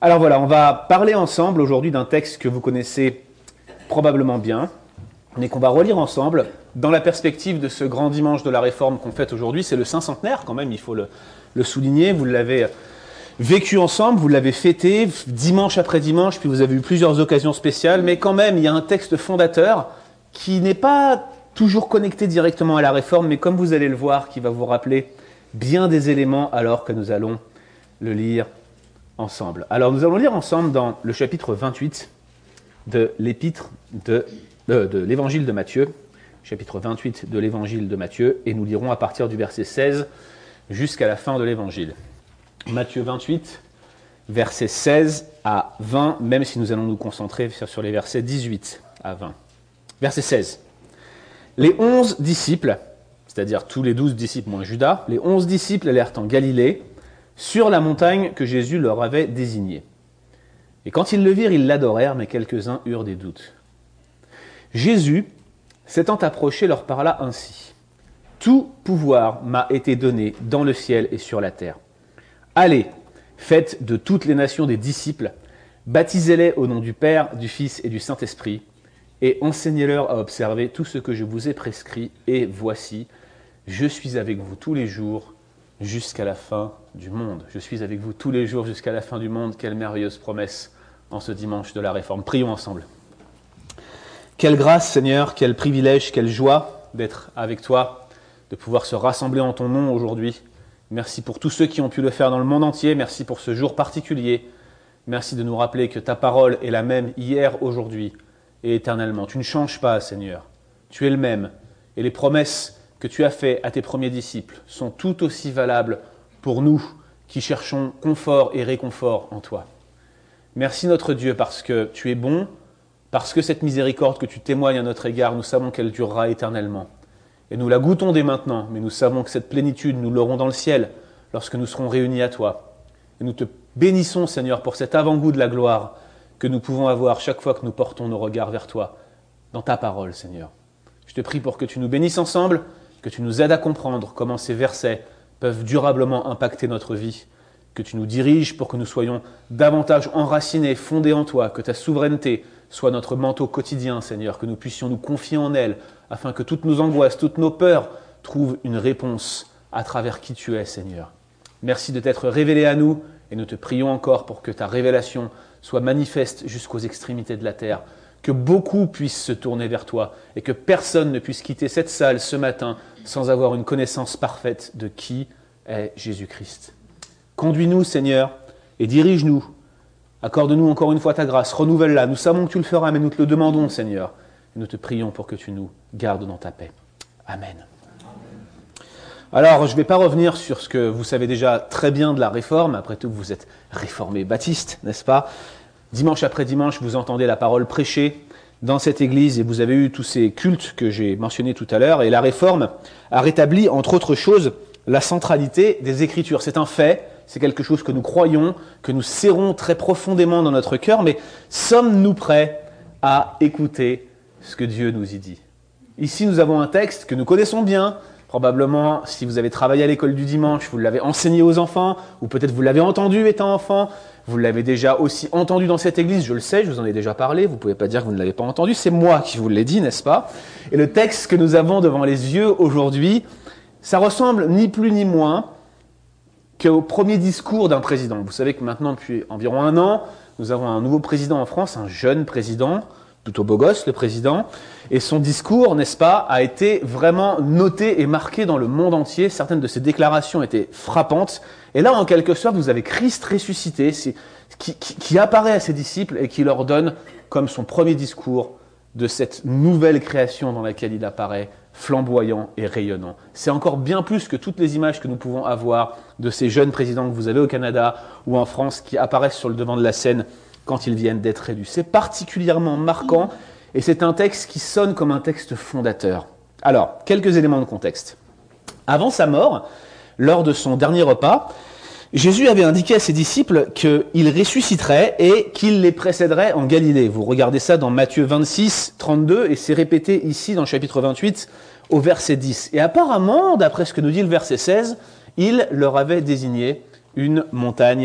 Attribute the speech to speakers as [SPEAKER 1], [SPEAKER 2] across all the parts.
[SPEAKER 1] Alors voilà, on va parler ensemble aujourd'hui d'un texte que vous connaissez probablement bien, mais qu'on va relire ensemble dans la perspective de ce grand dimanche de la Réforme qu'on fête aujourd'hui. C'est le Saint-Centenaire quand même, il faut le souligner. Vous l'avez vécu ensemble, vous l'avez fêté dimanche après dimanche, puis vous avez eu plusieurs occasions spéciales, mais quand même, il y a un texte fondateur qui n'est pas toujours connecté directement à la Réforme, mais comme vous allez le voir, qui va vous rappeler bien des éléments alors que nous allons le lire ensemble. Alors nous allons lire ensemble dans le chapitre 28 de l'épître de l'évangile de Matthieu, chapitre 28 de l'évangile de Matthieu, et nous lirons à partir du verset 16 jusqu'à la fin de l'évangile. Matthieu 28, versets 16 à 20, même si nous allons nous concentrer sur les versets 18 à 20. Verset 16. Les 11 disciples, c'est-à-dire tous les 12 disciples moins Judas, les 11 disciples allèrent en Galilée, sur la montagne que Jésus leur avait désignée. Et quand ils le virent, ils l'adorèrent, mais quelques-uns eurent des doutes. Jésus, s'étant approché, leur parla ainsi. « Tout pouvoir m'a été donné dans le ciel et sur la terre. Allez, faites de toutes les nations des disciples, baptisez-les au nom du Père, du Fils et du Saint-Esprit, et enseignez-leur à observer tout ce que je vous ai prescrit, et voici, je suis avec vous tous les jours, jusqu'à la fin du monde. Je suis avec vous tous les jours jusqu'à la fin du monde. Quelle merveilleuse promesse en ce dimanche de la Réforme. Prions ensemble. Quelle grâce, Seigneur, quel privilège, quelle joie d'être avec toi, de pouvoir se rassembler en ton nom aujourd'hui. Merci pour tous ceux qui ont pu le faire dans le monde entier. Merci pour ce jour particulier. Merci de nous rappeler que ta parole est la même hier, aujourd'hui et éternellement. Tu ne changes pas, Seigneur. Tu es le même. Et les promesses que tu as fait à tes premiers disciples sont tout aussi valables pour nous qui cherchons confort et réconfort en toi. Merci notre Dieu parce que tu es bon, parce que cette miséricorde que tu témoignes à notre égard, nous savons qu'elle durera éternellement. Et nous la goûtons dès maintenant, mais nous savons que cette plénitude, nous l'aurons dans le ciel lorsque nous serons réunis à toi. Et nous te bénissons, Seigneur, pour cet avant-goût de la gloire que nous pouvons avoir chaque fois que nous portons nos regards vers toi, dans ta parole, Seigneur. Je te prie pour que tu nous bénisses ensemble, que tu nous aides à comprendre comment ces versets peuvent durablement impacter notre vie, que tu nous diriges pour que nous soyons davantage enracinés, fondés en toi, que ta souveraineté soit notre manteau quotidien, Seigneur, que nous puissions nous confier en elle, afin que toutes nos angoisses, toutes nos peurs trouvent une réponse à travers qui tu es, Seigneur. Merci de t'être révélé à nous, et nous te prions encore pour que ta révélation soit manifeste jusqu'aux extrémités de la terre, que beaucoup puissent se tourner vers toi et que personne ne puisse quitter cette salle ce matin sans avoir une connaissance parfaite de qui est Jésus-Christ. Conduis-nous, Seigneur, et dirige-nous. Accorde-nous encore une fois ta grâce, renouvelle-la. Nous savons que tu le feras, mais nous te le demandons, Seigneur. Et nous te prions pour que tu nous gardes dans ta paix. Amen. Alors, je ne vais pas revenir sur ce que vous savez déjà très bien de la Réforme. Après tout, vous êtes réformés baptistes, n'est-ce pas ? Dimanche après dimanche, vous entendez la parole prêchée dans cette église et vous avez eu tous ces cultes que j'ai mentionnés tout à l'heure. Et la Réforme a rétabli, entre autres choses, la centralité des Écritures. C'est un fait, c'est quelque chose que nous croyons, que nous serrons très profondément dans notre cœur, mais sommes-nous prêts à écouter ce que Dieu nous y dit ? Ici, nous avons un texte que nous connaissons bien. Probablement, si vous avez travaillé à l'école du dimanche, vous l'avez enseigné aux enfants, ou peut-être vous l'avez entendu étant enfant. Vous l'avez déjà aussi entendu dans cette église, je le sais, je vous en ai déjà parlé, vous ne pouvez pas dire que vous ne l'avez pas entendu, c'est moi qui vous l'ai dit, n'est-ce pas ? Et le texte que nous avons devant les yeux aujourd'hui, ça ressemble ni plus ni moins qu'au premier discours d'un président. Vous savez que maintenant, depuis environ 1 an, nous avons un nouveau président en France, un jeune président, plutôt beau gosse le président, et son discours, n'est-ce pas, a été vraiment noté et marqué dans le monde entier. Certaines de ses déclarations étaient frappantes. Et là, en quelque sorte, vous avez Christ ressuscité qui apparaît à ses disciples et qui leur donne comme son premier discours de cette nouvelle création dans laquelle il apparaît, flamboyant et rayonnant. C'est encore bien plus que toutes les images que nous pouvons avoir de ces jeunes présidents que vous avez au Canada ou en France qui apparaissent sur le devant de la scène quand ils viennent d'être élus. C'est particulièrement marquant et c'est un texte qui sonne comme un texte fondateur. Alors, quelques éléments de contexte. Avant sa mort, lors de son dernier repas, Jésus avait indiqué à ses disciples qu'il ressusciterait et qu'il les précéderait en Galilée. Vous regardez ça dans Matthieu 26, 32 et c'est répété ici dans le chapitre 28 au verset 10. Et apparemment, d'après ce que nous dit le verset 16, il leur avait désigné une montagne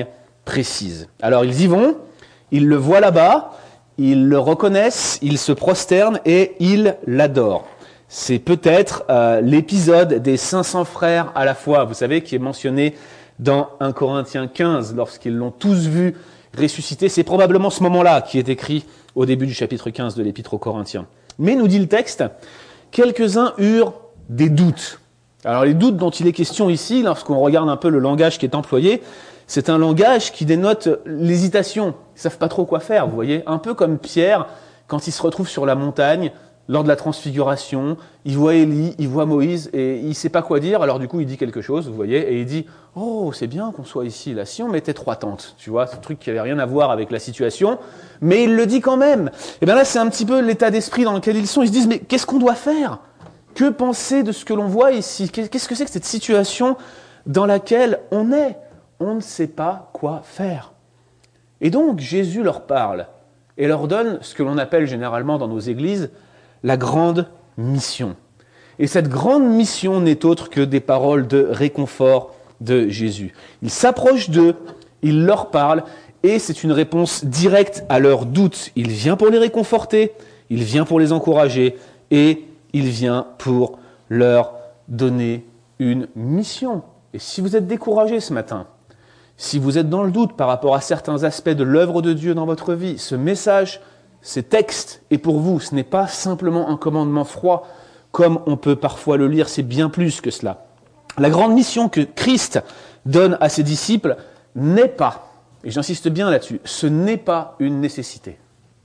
[SPEAKER 1] précise. Alors ils y vont, ils le voient là-bas, ils le reconnaissent, ils se prosternent et ils l'adorent. C'est peut-être l'épisode des 500 frères à la fois, vous savez, qui est mentionné dans 1 Corinthiens 15, lorsqu'ils l'ont tous vu ressusciter. C'est probablement ce moment-là qui est écrit au début du chapitre 15 de l'Épître aux Corinthiens. Mais, nous dit le texte, quelques-uns eurent des doutes. Alors les doutes dont il est question ici, lorsqu'on regarde un peu le langage qui est employé, c'est un langage qui dénote l'hésitation. Ils ne savent pas trop quoi faire, vous voyez. Un peu comme Pierre, quand il se retrouve sur la montagne, lors de la transfiguration, il voit Élie, il voit Moïse, et il ne sait pas quoi dire, alors du coup il dit quelque chose, vous voyez, et il dit « Oh, c'est bien qu'on soit ici, là, si on mettait 3 tentes », tu vois, ce truc qui n'avait rien à voir avec la situation, mais il le dit quand même. Et bien là, c'est un petit peu l'état d'esprit dans lequel ils sont, ils se disent « Mais qu'est-ce qu'on doit faire ? Que penser de ce que l'on voit ici ? Qu'est-ce que c'est que cette situation dans laquelle on est ? On ne sait pas quoi faire. » Et donc, Jésus leur parle, et leur donne ce que l'on appelle généralement dans nos églises la grande mission. Et cette grande mission n'est autre que des paroles de réconfort de Jésus. Il s'approche d'eux, il leur parle, et c'est une réponse directe à leurs doutes. Il vient pour les réconforter, il vient pour les encourager, et il vient pour leur donner une mission. Et si vous êtes découragé ce matin, si vous êtes dans le doute par rapport à certains aspects de l'œuvre de Dieu dans votre vie, ce message, ces textes est pour vous. Ce n'est pas simplement un commandement froid, comme on peut parfois le lire, c'est bien plus que cela. La grande mission que Christ donne à ses disciples n'est pas, et j'insiste bien là-dessus, ce n'est pas une nécessité.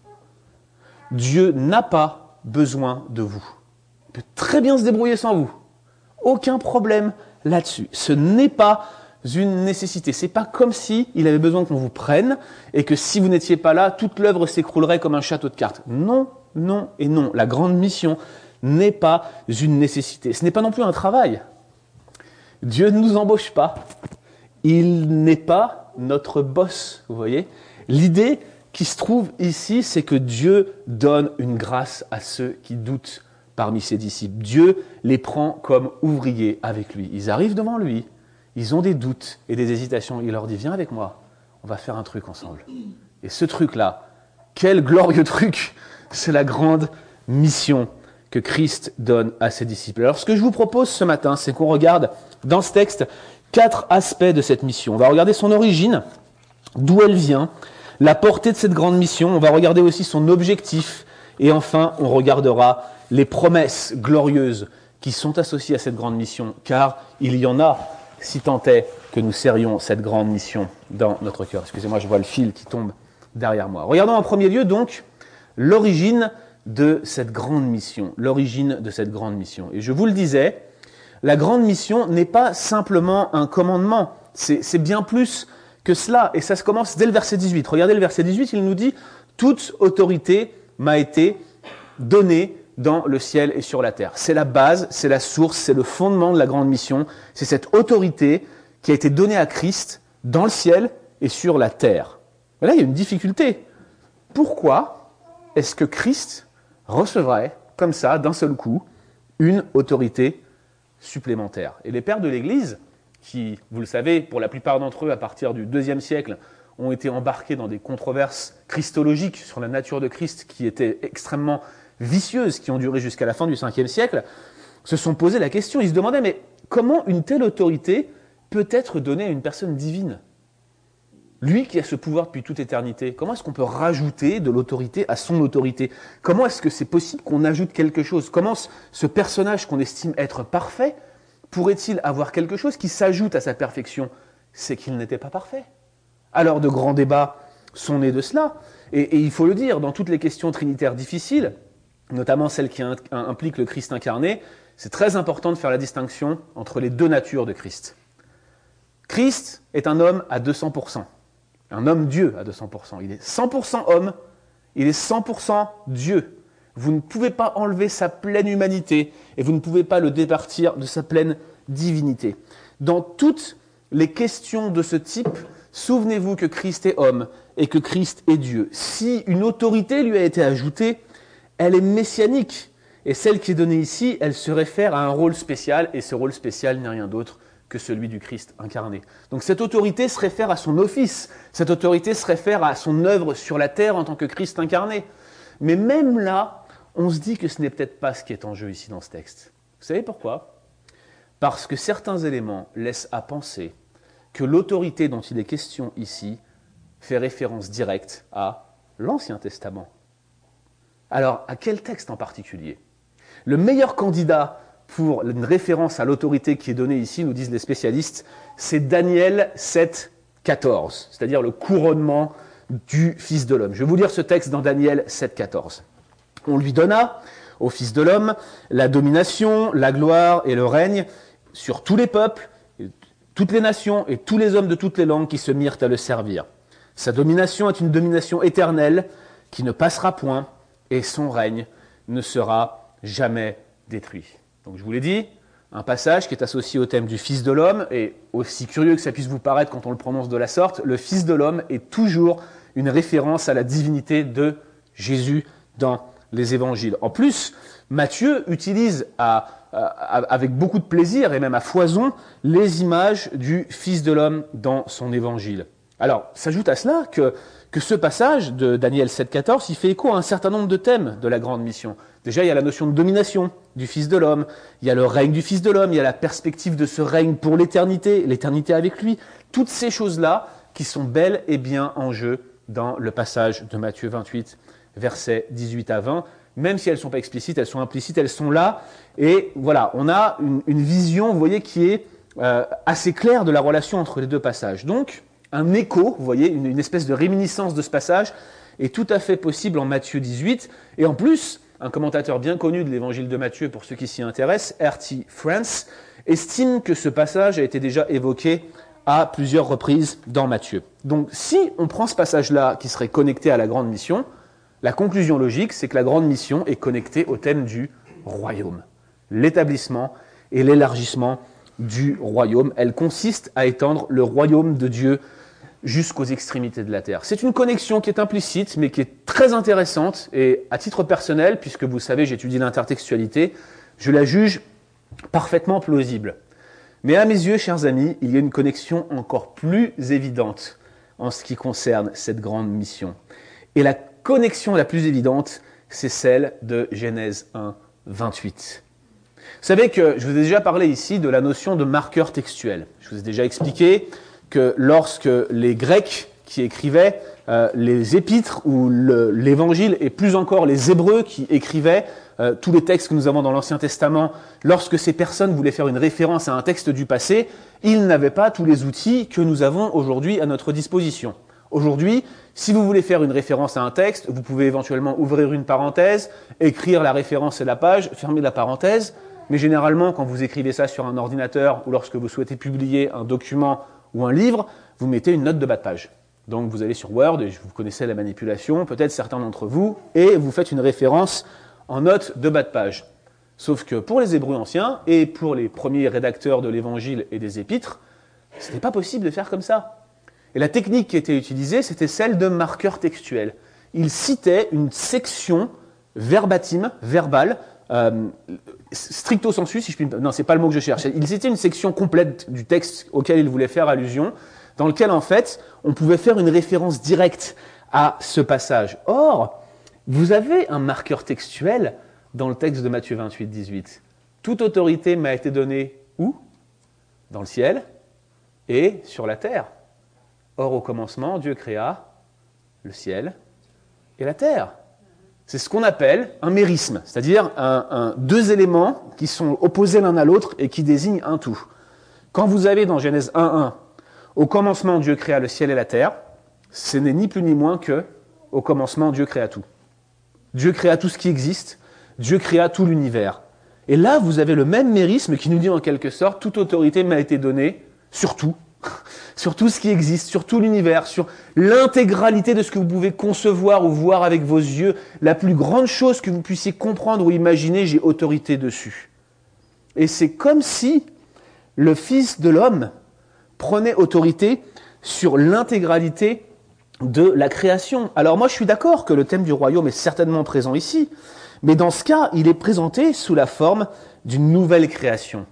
[SPEAKER 1] Dieu n'a pas besoin de vous. Il peut très bien se débrouiller sans vous. Aucun problème là-dessus. Ce n'est pas une nécessité. C'est pas comme si il avait besoin qu'on vous prenne et que si vous n'étiez pas là, toute l'œuvre s'écroulerait comme un château de cartes. Non, non et non. La grande mission n'est pas une nécessité. Ce n'est pas non plus un travail. Dieu ne nous embauche pas. Il n'est pas notre boss, vous voyez. L'idée qui se trouve ici, c'est que Dieu donne une grâce à ceux qui doutent parmi ses disciples. Dieu les prend comme ouvriers avec lui. Ils arrivent devant lui. Ils ont des doutes et des hésitations. Il leur dit, viens avec moi, on va faire un truc ensemble. Et ce truc-là, quel glorieux truc, c'est la grande mission que Christ donne à ses disciples. Alors ce que je vous propose ce matin, c'est qu'on regarde dans ce texte 4 aspects de cette mission. On va regarder son origine, d'où elle vient, la portée de cette grande mission, on va regarder aussi son objectif, et enfin on regardera les promesses glorieuses qui sont associées à cette grande mission, car il y en a, si tant est que nous serions cette grande mission dans notre cœur. Excusez-moi, je vois le fil qui tombe derrière moi. Regardons en premier lieu donc l'origine de cette grande mission. L'origine de cette grande mission. Et je vous le disais, la grande mission n'est pas simplement un commandement, c'est bien plus que cela. Et ça se commence dès le verset 18. Regardez le verset 18, il nous dit « Toute autorité m'a été donnée dans le ciel et sur la terre ». C'est la base, c'est la source, c'est le fondement de la grande mission. C'est cette autorité qui a été donnée à Christ dans le ciel et sur la terre. Mais là, il y a une difficulté. Pourquoi est-ce que Christ recevrait, comme ça, d'un seul coup, une autorité supplémentaire? Et les pères de l'Église, qui, vous le savez, pour la plupart d'entre eux, à partir du IIe siècle, ont été embarqués dans des controverses christologiques sur la nature de Christ qui étaient extrêmement vicieuses, qui ont duré jusqu'à la fin du Ve siècle, se sont posé la question. Ils se demandaient, mais comment une telle autorité peut être donnée à une personne divine ? Lui qui a ce pouvoir depuis toute éternité, comment est-ce qu'on peut rajouter de l'autorité à son autorité ? Comment est-ce que c'est possible qu'on ajoute quelque chose ? Comment ce personnage qu'on estime être parfait pourrait-il avoir quelque chose qui s'ajoute à sa perfection ? C'est qu'il n'était pas parfait. Alors de grands débats sont nés de cela. Et il faut le dire, dans toutes les questions trinitaires difficiles, notamment celles qui impliquent le Christ incarné, c'est très important de faire la distinction entre les deux natures de Christ. Christ est un homme à 200%. Un homme-dieu à 200%. Il est 100% homme, il est 100% Dieu. Vous ne pouvez pas enlever sa pleine humanité et vous ne pouvez pas le départir de sa pleine divinité. Dans toutes les questions de ce type, souvenez-vous que Christ est homme et que Christ est Dieu. Si une autorité lui a été ajoutée, elle est messianique. Et celle qui est donnée ici, elle se réfère à un rôle spécial, et ce rôle spécial n'est rien d'autre que celui du Christ incarné. Donc cette autorité se réfère à son office, cette autorité se réfère à son œuvre sur la terre en tant que Christ incarné. Mais même là, on se dit que ce n'est peut-être pas ce qui est en jeu ici dans ce texte. Vous savez pourquoi ? Parce que certains éléments laissent à penser que l'autorité dont il est question ici fait référence directe à l'Ancien Testament. Alors, à quel texte en particulier ? Le meilleur candidat pour une référence à l'autorité qui est donnée ici, nous disent les spécialistes, c'est Daniel 7, 14, c'est-à-dire le couronnement du Fils de l'homme. Je vais vous lire ce texte dans Daniel 7, 14. On lui donna, au Fils de l'homme, la domination, la gloire et le règne sur tous les peuples, toutes les nations et tous les hommes de toutes les langues qui se mirent à le servir. Sa domination est une domination éternelle qui ne passera point et son règne ne sera jamais détruit. Donc je vous l'ai dit, un passage qui est associé au thème du Fils de l'homme, et aussi curieux que ça puisse vous paraître quand on le prononce de la sorte, le Fils de l'homme est toujours une référence à la divinité de Jésus dans les évangiles. En plus, Matthieu utilise avec beaucoup de plaisir et même à foison les images du Fils de l'homme dans son évangile. Alors, s'ajoute à cela que ce passage de Daniel 7,14, il fait écho à un certain nombre de thèmes de la grande mission. Déjà, il y a la notion de domination du Fils de l'homme, il y a le règne du Fils de l'homme, il y a la perspective de ce règne pour l'éternité, l'éternité avec lui. Toutes ces choses-là qui sont bel et bien en jeu dans le passage de Matthieu 28, versets 18 à 20. Même si elles ne sont pas explicites, elles sont implicites, elles sont là. Et voilà, on a une vision, vous voyez, qui est assez claire de la relation entre les deux passages. Donc, un écho, vous voyez, une espèce de réminiscence de ce passage est tout à fait possible en Matthieu 18. Et en plus, un commentateur bien connu de l'évangile de Matthieu, pour ceux qui s'y intéressent, R.T. France, estime que ce passage a été déjà évoqué à plusieurs reprises dans Matthieu. Donc, si on prend ce passage-là qui serait connecté à la grande mission, la conclusion logique, c'est que la grande mission est connectée au thème du royaume, l'établissement et l'élargissement du royaume. Elle consiste à étendre le royaume de Dieu jusqu'aux extrémités de la terre. C'est une connexion qui est implicite, mais qui est très intéressante, et à titre personnel, puisque vous savez, j'étudie l'intertextualité, je la juge parfaitement plausible. Mais à mes yeux, chers amis, il y a une connexion encore plus évidente en ce qui concerne cette grande mission. Et la connexion la plus évidente, c'est celle de Genèse 1, 28. Vous savez que je vous ai déjà parlé ici de la notion de marqueur textuel. Je vous ai déjà expliqué que lorsque les Grecs qui écrivaient les épîtres ou l'évangile, et plus encore les Hébreux qui écrivaient tous les textes que nous avons dans l'Ancien Testament, lorsque ces personnes voulaient faire une référence à un texte du passé, ils n'avaient pas tous les outils que nous avons aujourd'hui à notre disposition. Aujourd'hui, si vous voulez faire une référence à un texte, vous pouvez éventuellement ouvrir une parenthèse, écrire la référence et la page, fermer la parenthèse, mais généralement, quand vous écrivez ça sur un ordinateur ou lorsque vous souhaitez publier un document ou un livre, vous mettez une note de bas de page. Donc vous allez sur Word, et vous connaissez la manipulation, peut-être certains d'entre vous, et vous faites une référence en note de bas de page. Sauf que pour les Hébreux anciens, et pour les premiers rédacteurs de l'Évangile et des Épîtres, ce n'était pas possible de faire comme ça. Et la technique qui était utilisée, c'était celle de marqueur textuel. Ils citaient une section verbatim, verbale, stricto sensu, si je puis... Non, c'est pas le mot que je cherche. Ils citaient une section complète du texte auquel ils voulaient faire allusion, dans lequel, en fait, on pouvait faire une référence directe à ce passage. Or, vous avez un marqueur textuel dans le texte de Matthieu 28, 18. Toute autorité m'a été donnée où ? Dans le ciel et sur la terre. Or, au commencement, Dieu créa le ciel et la terre. C'est ce qu'on appelle un mérisme, c'est-à-dire deux éléments qui sont opposés l'un à l'autre et qui désignent un tout. Quand vous avez dans Genèse 1.1, au commencement, Dieu créa le ciel et la terre, ce n'est ni plus ni moins que, au commencement, Dieu créa tout. Dieu créa tout ce qui existe, Dieu créa tout l'univers. Et là, vous avez le même mérisme qui nous dit en quelque sorte, toute autorité m'a été donnée sur tout, sur tout ce qui existe, sur tout l'univers, sur l'intégralité de ce que vous pouvez concevoir ou voir avec vos yeux, la plus grande chose que vous puissiez comprendre ou imaginer, j'ai autorité dessus. Et c'est comme si le Fils de l'homme prenait autorité sur l'intégralité de la création. Alors moi je suis d'accord que le thème du royaume est certainement présent ici, mais dans ce cas, il est présenté sous la forme d'une nouvelle création.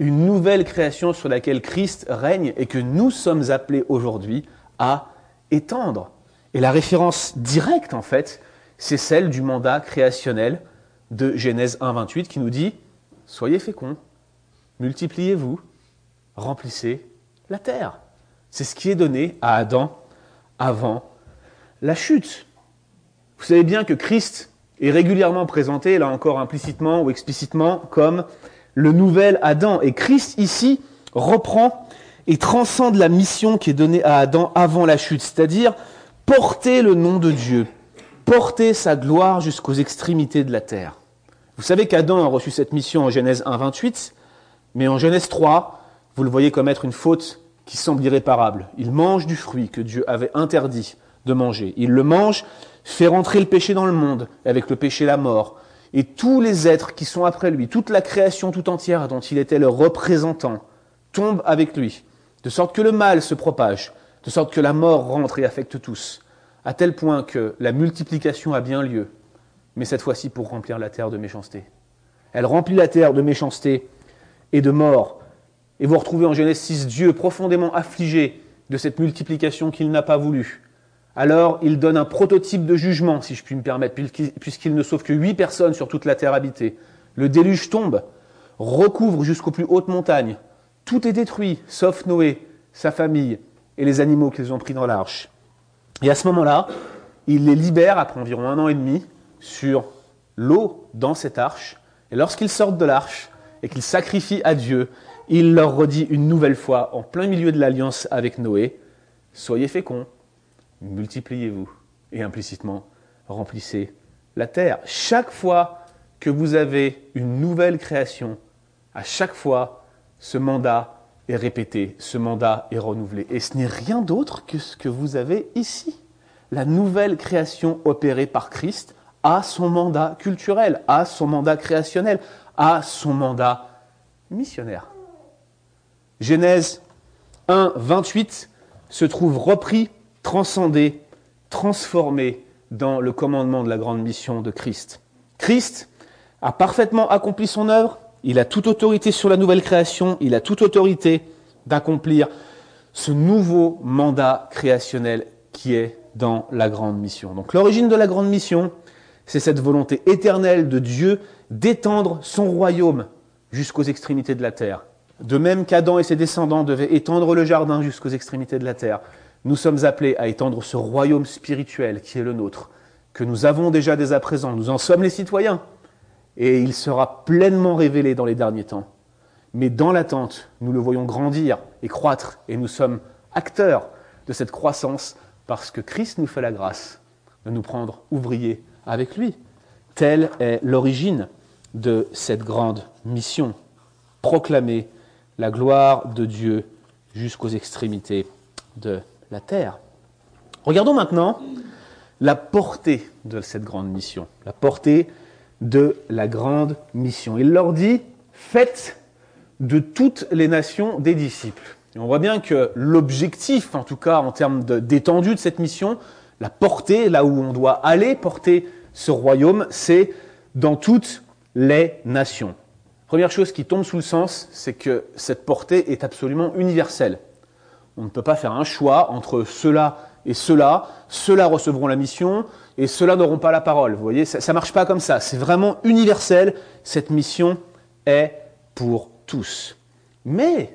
[SPEAKER 1] une nouvelle création sur laquelle Christ règne et que nous sommes appelés aujourd'hui à étendre. Et la référence directe, en fait, c'est celle du mandat créationnel de Genèse 1,28 qui nous dit « Soyez féconds, multipliez-vous, remplissez la terre ». C'est ce qui est donné à Adam avant la chute. Vous savez bien que Christ est régulièrement présenté, là encore implicitement ou explicitement, comme le nouvel Adam. Et Christ, ici, reprend et transcende la mission qui est donnée à Adam avant la chute, c'est-à-dire porter le nom de Dieu, porter sa gloire jusqu'aux extrémités de la terre. Vous savez qu'Adam a reçu cette mission en Genèse 1,28, mais en Genèse 3, vous le voyez commettre une faute qui semble irréparable. Il mange du fruit que Dieu avait interdit de manger. Il le mange, fait rentrer le péché dans le monde, avec le péché la mort. Et tous les êtres qui sont après lui, toute la création tout entière dont il était le représentant, tombent avec lui, de sorte que le mal se propage, de sorte que la mort rentre et affecte tous, à tel point que la multiplication a bien lieu, mais cette fois-ci pour remplir la terre de méchanceté. Elle remplit la terre de méchanceté et de mort. Et vous retrouvez en Genèse 6 Dieu profondément affligé de cette multiplication qu'il n'a pas voulu. Alors il donne un prototype de jugement, si je puis me permettre, puisqu'il ne sauve que 8 personnes sur toute la terre habitée. Le déluge tombe, recouvre jusqu'aux plus hautes montagnes. Tout est détruit, sauf Noé, sa famille et les animaux qu'ils ont pris dans l'arche. Et à ce moment-là, il les libère après environ 1 an et demi sur l'eau dans cette arche. Et lorsqu'ils sortent de l'arche et qu'ils sacrifient à Dieu, il leur redit une nouvelle fois, en plein milieu de l'alliance avec Noé, « Soyez féconds, multipliez-vous et implicitement remplissez la terre. » Chaque fois que vous avez une nouvelle création, à chaque fois, ce mandat est répété, ce mandat est renouvelé. Et ce n'est rien d'autre que ce que vous avez ici. La nouvelle création opérée par Christ a son mandat culturel, a son mandat créationnel, a son mandat missionnaire. Genèse 1, 28 se trouve repris, transcendé, transformé dans le commandement de la grande mission de Christ. Christ a parfaitement accompli son œuvre, il a toute autorité sur la nouvelle création, il a toute autorité d'accomplir ce nouveau mandat créationnel qui est dans la grande mission. Donc l'origine de la grande mission, c'est cette volonté éternelle de Dieu d'étendre son royaume jusqu'aux extrémités de la terre. De même qu'Adam et ses descendants devaient étendre le jardin jusqu'aux extrémités de la terre, nous sommes appelés à étendre ce royaume spirituel qui est le nôtre, que nous avons déjà dès à présent. Nous en sommes les citoyens, et il sera pleinement révélé dans les derniers temps. Mais dans l'attente, nous le voyons grandir et croître, et nous sommes acteurs de cette croissance parce que Christ nous fait la grâce de nous prendre ouvriers avec lui. Telle est l'origine de cette grande mission, proclamer la gloire de Dieu jusqu'aux extrémités de la terre. Regardons maintenant la portée de cette grande mission, la portée de la grande mission. Il leur dit « Faites de toutes les nations des disciples ». Et on voit bien que l'objectif, en tout cas en termes d'étendue de cette mission, la portée, là où on doit aller porter ce royaume, c'est dans toutes les nations. Première chose qui tombe sous le sens, c'est que cette portée est absolument universelle. On ne peut pas faire un choix entre ceux-là et ceux-là. Ceux-là recevront la mission et ceux-là n'auront pas la parole. Vous voyez, ça ne marche pas comme ça. C'est vraiment universel. Cette mission est pour tous. Mais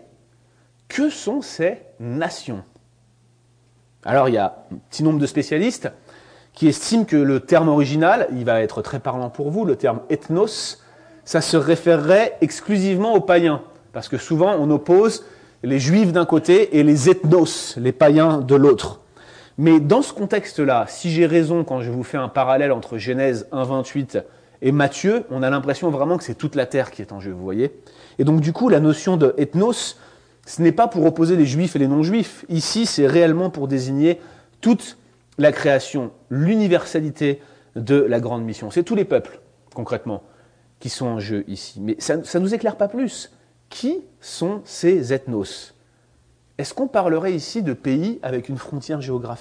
[SPEAKER 1] que sont ces nations ? Alors, il y a un petit nombre de spécialistes qui estiment que le terme original, il va être très parlant pour vous, le terme ethnos, ça se référerait exclusivement aux païens. Parce que souvent, on oppose les juifs d'un côté et les ethnos, les païens de l'autre. Mais dans ce contexte-là, si j'ai raison quand je vous fais un parallèle entre Genèse 1,28 et Matthieu, on a l'impression vraiment que c'est toute la terre qui est en jeu, vous voyez ? Et donc du coup, la notion de ethnos, ce n'est pas pour opposer les juifs et les non-juifs. Ici, c'est réellement pour désigner toute la création, l'universalité de la grande mission. C'est tous les peuples, concrètement, qui sont en jeu ici. Mais ça ne nous éclaire pas plus. Qui sont ces ethnos ? Est-ce qu'on parlerait ici de pays avec une frontière géographique ?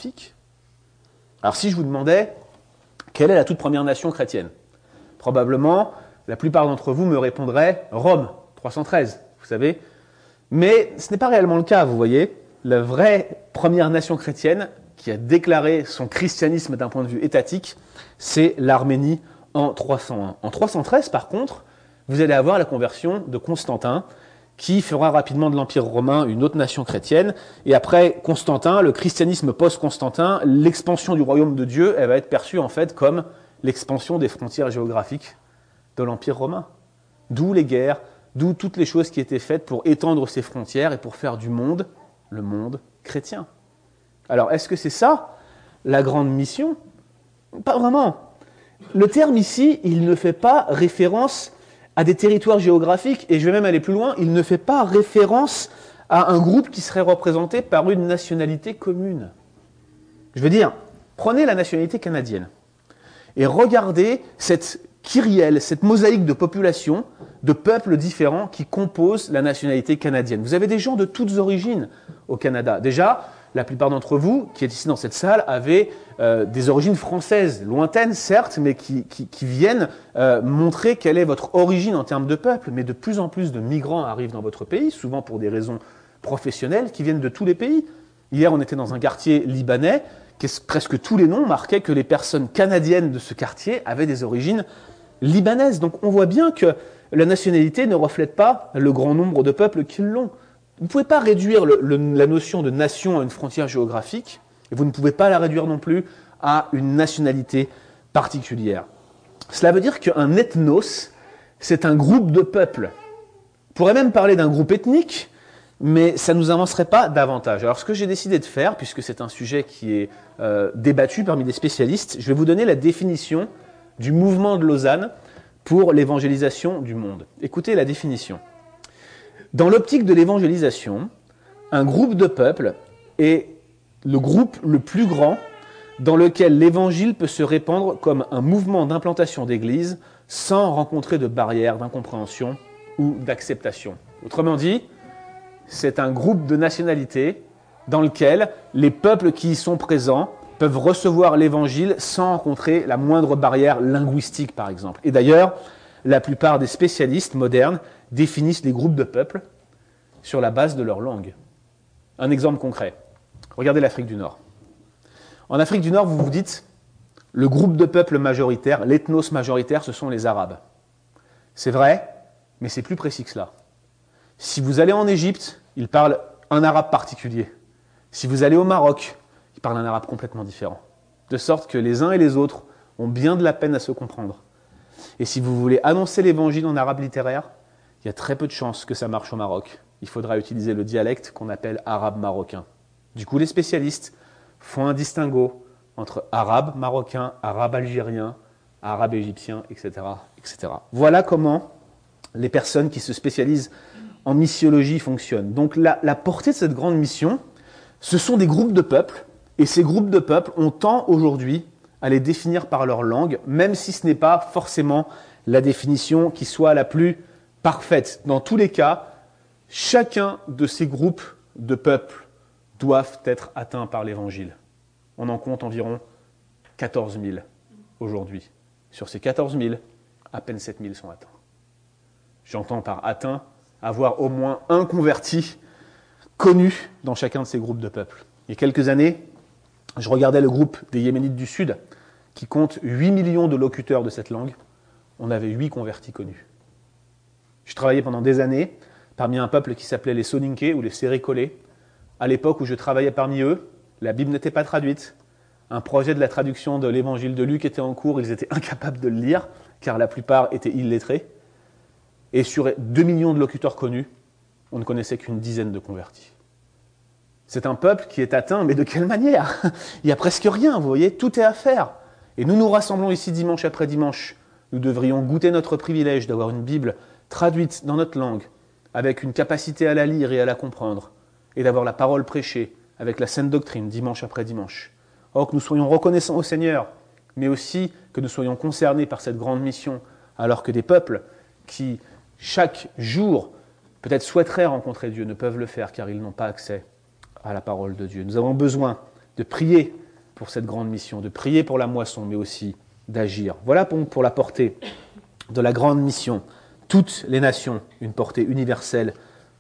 [SPEAKER 1] Alors si je vous demandais, quelle est la toute première nation chrétienne ? Probablement, la plupart d'entre vous me répondraient Rome, 313. savez. Mais ce n'est pas réellement le cas, vous voyez. La vraie première nation chrétienne qui a déclaré son christianisme d'un point de vue étatique, c'est l'Arménie en 301. En 313, par contre, vous allez avoir la conversion de Constantin, qui fera rapidement de l'Empire romain une autre nation chrétienne. Et après Constantin, le christianisme post-Constantin, l'expansion du royaume de Dieu, elle va être perçue en fait comme l'expansion des frontières géographiques de l'Empire romain. D'où les guerres, d'où toutes les choses qui étaient faites pour étendre ces frontières et pour faire du monde le monde chrétien. Alors, est-ce que c'est ça, la grande mission ? Pas vraiment. Le terme ici, il ne fait pas référence à des territoires géographiques, et je vais même aller plus loin, il ne fait pas référence à un groupe qui serait représenté par une nationalité commune. Je veux dire, prenez la nationalité canadienne, et regardez cette kyrielle, cette mosaïque de population, de peuples différents qui composent la nationalité canadienne. Vous avez des gens de toutes origines au Canada. Déjà, la plupart d'entre vous, qui êtes ici dans cette salle, avaient des origines françaises, lointaines certes, mais qui viennent montrer quelle est votre origine en termes de peuple. Mais de plus en plus de migrants arrivent dans votre pays, souvent pour des raisons professionnelles, qui viennent de tous les pays. Hier, on était dans un quartier libanais, presque tous les noms marquaient que les personnes canadiennes de ce quartier avaient des origines libanaises. Donc on voit bien que la nationalité ne reflète pas le grand nombre de peuples qui l'ont. Vous ne pouvez pas réduire la notion de nation à une frontière géographique, et vous ne pouvez pas la réduire non plus à une nationalité particulière. Cela veut dire qu'un ethnos, c'est un groupe de peuples. On pourrait même parler d'un groupe ethnique, mais ça ne nous avancerait pas davantage. Alors ce que j'ai décidé de faire, puisque c'est un sujet qui est débattu parmi des spécialistes, je vais vous donner la définition du mouvement de Lausanne pour l'évangélisation du monde. Écoutez la définition. Dans l'optique de l'évangélisation, un groupe de peuples est le groupe le plus grand dans lequel l'évangile peut se répandre comme un mouvement d'implantation d'église sans rencontrer de barrières d'incompréhension ou d'acceptation. Autrement dit, c'est un groupe de nationalités dans lequel les peuples qui y sont présents peuvent recevoir l'évangile sans rencontrer la moindre barrière linguistique, par exemple. Et d'ailleurs, la plupart des spécialistes modernes définissent les groupes de peuples sur la base de leur langue. Un exemple concret. Regardez l'Afrique du Nord. En Afrique du Nord, vous vous dites, le groupe de peuples majoritaire, l'ethnos majoritaire, ce sont les Arabes. C'est vrai, mais c'est plus précis que cela. Si vous allez en Égypte, ils parlent un arabe particulier. Si vous allez au Maroc, ils parlent un arabe complètement différent. De sorte que les uns et les autres ont bien de la peine à se comprendre. Et si vous voulez annoncer l'évangile en arabe littéraire, il y a très peu de chances que ça marche au Maroc. Il faudra utiliser le dialecte qu'on appelle arabe marocain. Du coup, les spécialistes font un distinguo entre arabe marocain, arabe algérien, arabe égyptien, etc., etc. Voilà comment les personnes qui se spécialisent en missiologie fonctionnent. Donc la portée de cette grande mission, ce sont des groupes de peuples, et ces groupes de peuples, on tend aujourd'hui à les définir par leur langue, même si ce n'est pas forcément la définition qui soit la plus parfaite. Dans tous les cas, chacun de ces groupes de peuples doivent être atteints par l'Évangile. On en compte environ 14 000 aujourd'hui. Sur ces 14 000, à peine 7 000 sont atteints. J'entends par atteint avoir au moins un converti connu dans chacun de ces groupes de peuples. Il y a quelques années, je regardais le groupe des Yéménites du Sud, qui compte 8 millions de locuteurs de cette langue. On avait 8 convertis connus. Je travaillais pendant des années parmi un peuple qui s'appelait les Soninké ou les Sérécolés. À l'époque où je travaillais parmi eux, la Bible n'était pas traduite. Un projet de la traduction de l'évangile de Luc était en cours, ils étaient incapables de le lire, car la plupart étaient illettrés. Et sur 2 millions de locuteurs connus, on ne connaissait qu'une dizaine de convertis. C'est un peuple qui est atteint, mais de quelle manière ? Il n'y a presque rien, vous voyez, tout est à faire. Et nous nous rassemblons ici dimanche après dimanche. Nous devrions goûter notre privilège d'avoir une Bible traduite dans notre langue, avec une capacité à la lire et à la comprendre, et d'avoir la parole prêchée avec la sainte doctrine dimanche après dimanche. Or que nous soyons reconnaissants au Seigneur, mais aussi que nous soyons concernés par cette grande mission, alors que des peuples qui, chaque jour, peut-être souhaiteraient rencontrer Dieu, ne peuvent le faire car ils n'ont pas accès à la parole de Dieu. Nous avons besoin de prier pour cette grande mission, de prier pour la moisson, mais aussi d'agir. Voilà pour la portée de la grande mission. Toutes les nations, une portée universelle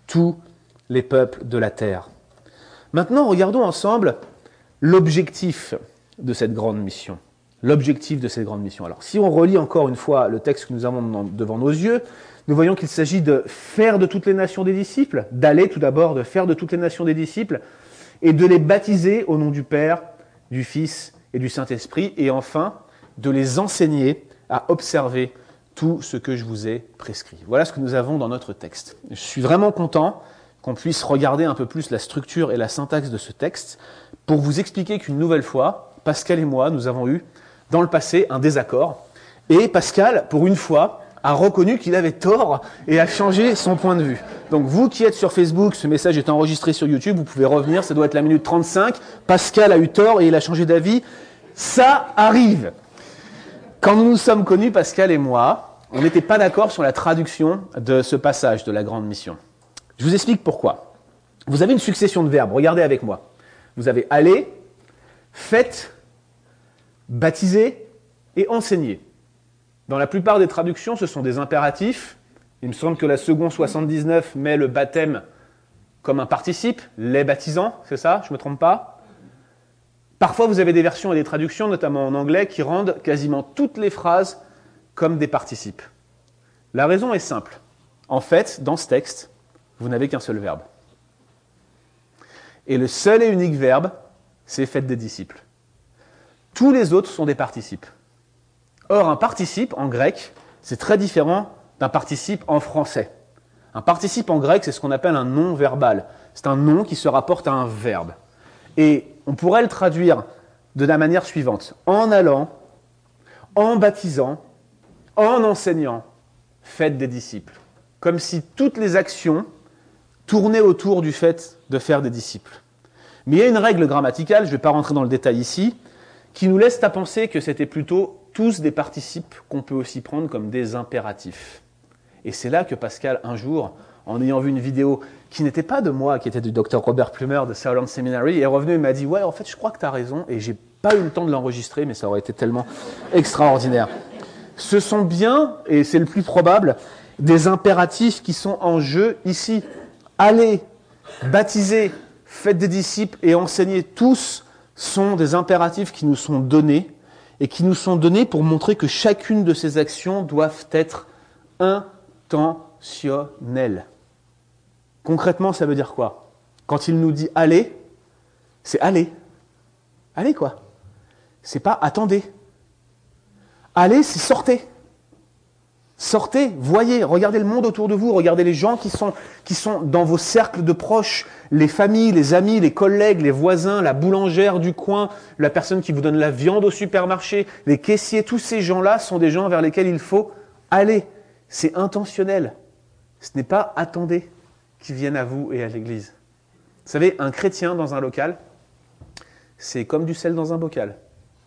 [SPEAKER 1] tous les peuples de la terre. Maintenant, regardons ensemble l'objectif de cette grande mission. L'objectif de cette grande mission. Alors, si on relit encore une fois le texte que nous avons devant nos yeux, nous voyons qu'il s'agit de faire de toutes les nations des disciples, d'aller tout d'abord, de faire de toutes les nations des disciples, et de les baptiser au nom du Père, du Fils et du Saint-Esprit, et enfin, de les enseigner à observer tout ce que je vous ai prescrit. Voilà ce que nous avons dans notre texte. Je suis vraiment content qu'on puisse regarder un peu plus la structure et la syntaxe de ce texte pour vous expliquer qu'une nouvelle fois, Pascal et moi, nous avons eu dans le passé un désaccord. Et Pascal, pour une fois, a reconnu qu'il avait tort et a changé son point de vue. Donc vous qui êtes sur Facebook, ce message est enregistré sur YouTube, vous pouvez revenir, ça doit être la minute 35. Pascal a eu tort et il a changé d'avis. Ça arrive. Quand nous nous sommes connus, Pascal et moi, on n'était pas d'accord sur la traduction de ce passage de la grande mission. Je vous explique pourquoi. Vous avez une succession de verbes, regardez avec moi. Vous avez aller, faites, baptiser et enseigner. Dans la plupart des traductions, ce sont des impératifs. Il me semble que la seconde 79 met le baptême comme un participe, les baptisants, c'est ça, je ne me trompe pas. Parfois, vous avez des versions et des traductions, notamment en anglais, qui rendent quasiment toutes les phrases comme des participes. La raison est simple. En fait, dans ce texte, vous n'avez qu'un seul verbe. Et le seul et unique verbe, c'est « faites des disciples ». Tous les autres sont des participes. Or, un participe, en grec, c'est très différent d'un participe en français. Un participe en grec, c'est ce qu'on appelle un nom verbal. C'est un nom qui se rapporte à un verbe. Et on pourrait le traduire de la manière suivante. En allant, en baptisant, en enseignant, faites des disciples. Comme si toutes les actions tournaient autour du fait de faire des disciples. Mais il y a une règle grammaticale, je ne vais pas rentrer dans le détail ici, qui nous laisse à penser que c'était plutôt tous des participes qu'on peut aussi prendre comme des impératifs. Et c'est là que Pascal, un jour, en ayant vu une vidéo qui n'était pas de moi, qui était du Dr Robert Plumer de Southern Seminary, est revenu et m'a dit « Ouais, en fait, je crois que tu as raison. » Et j'ai pas eu le temps de l'enregistrer, mais ça aurait été tellement extraordinaire. Ce sont bien, et c'est le plus probable, des impératifs qui sont en jeu ici. Allez, baptisez, faites des disciples et enseignez. Tous sont des impératifs qui nous sont donnés et qui nous sont donnés pour montrer que chacune de ces actions doivent être intentionnelles. Concrètement, ça veut dire quoi? Quand il nous dit « allez », c'est « allez ». Allez quoi? C'est pas « attendez ». Allez, c'est « sortez ». Sortez, voyez, regardez le monde autour de vous, regardez les gens qui sont dans vos cercles de proches, les familles, les amis, les collègues, les voisins, la boulangère du coin, la personne qui vous donne la viande au supermarché, les caissiers, tous ces gens-là sont des gens vers lesquels il faut aller. C'est intentionnel. Ce n'est pas « attendez » qu'ils viennent à vous et à l'église. Vous savez, un chrétien dans un local, c'est comme du sel dans un bocal.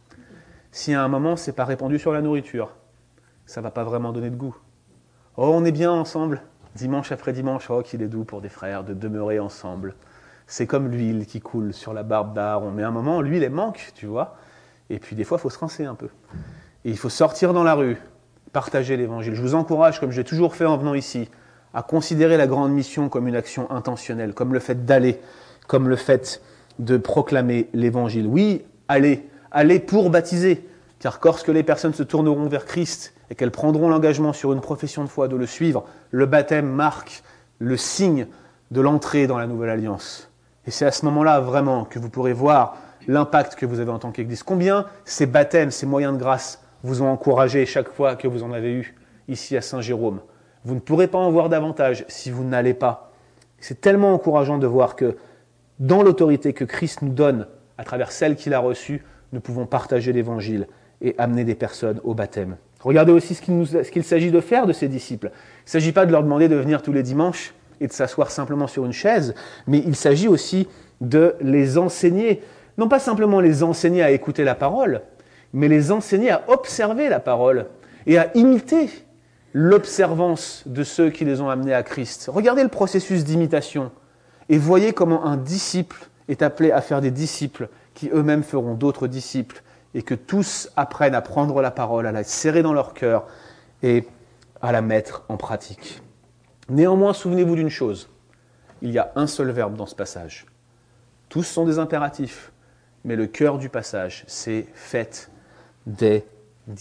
[SPEAKER 1] Si à un moment, c'est pas répandu sur la nourriture, ça ne va pas vraiment donner de goût. Oh, on est bien ensemble, dimanche après dimanche, oh, qu'il est doux pour des frères de demeurer ensemble. C'est comme l'huile qui coule sur la barbe d'Aaron. Mais à un moment, l'huile, elle manque, tu vois. Et puis des fois, il faut se rincer un peu. Et il faut sortir dans la rue, partager l'évangile. Je vous encourage, comme j'ai toujours fait en venant ici, à considérer la grande mission comme une action intentionnelle, comme le fait d'aller, comme le fait de proclamer l'évangile. Oui, allez pour baptiser, car lorsque les personnes se tourneront vers Christ et qu'elles prendront l'engagement sur une profession de foi de le suivre, le baptême marque le signe de l'entrée dans la nouvelle alliance. Et c'est à ce moment-là vraiment que vous pourrez voir l'impact que vous avez en tant qu'Église. Combien ces baptêmes, ces moyens de grâce vous ont encouragé chaque fois que vous en avez eu ici à Saint-Jérôme. Vous ne pourrez pas en voir davantage si vous n'allez pas. C'est tellement encourageant de voir que dans l'autorité que Christ nous donne, à travers celle qu'il a reçue, nous pouvons partager l'Évangile et amener des personnes au baptême. Regardez aussi ce qu'il s'agit de faire de ces disciples. Il ne s'agit pas de leur demander de venir tous les dimanches et de s'asseoir simplement sur une chaise, mais il s'agit aussi de les enseigner. Non pas simplement les enseigner à écouter la parole, mais les enseigner à observer la parole et à imiter l'observance de ceux qui les ont amenés à Christ. Regardez le processus d'imitation et voyez comment un disciple est appelé à faire des disciples qui eux-mêmes feront d'autres disciples et que tous apprennent à prendre la parole, à la serrer dans leur cœur et à la mettre en pratique. Néanmoins, souvenez-vous d'une chose. il y a un seul verbe dans ce passage. Tous sont des impératifs, mais le cœur du passage, c'est « faites des disciples ».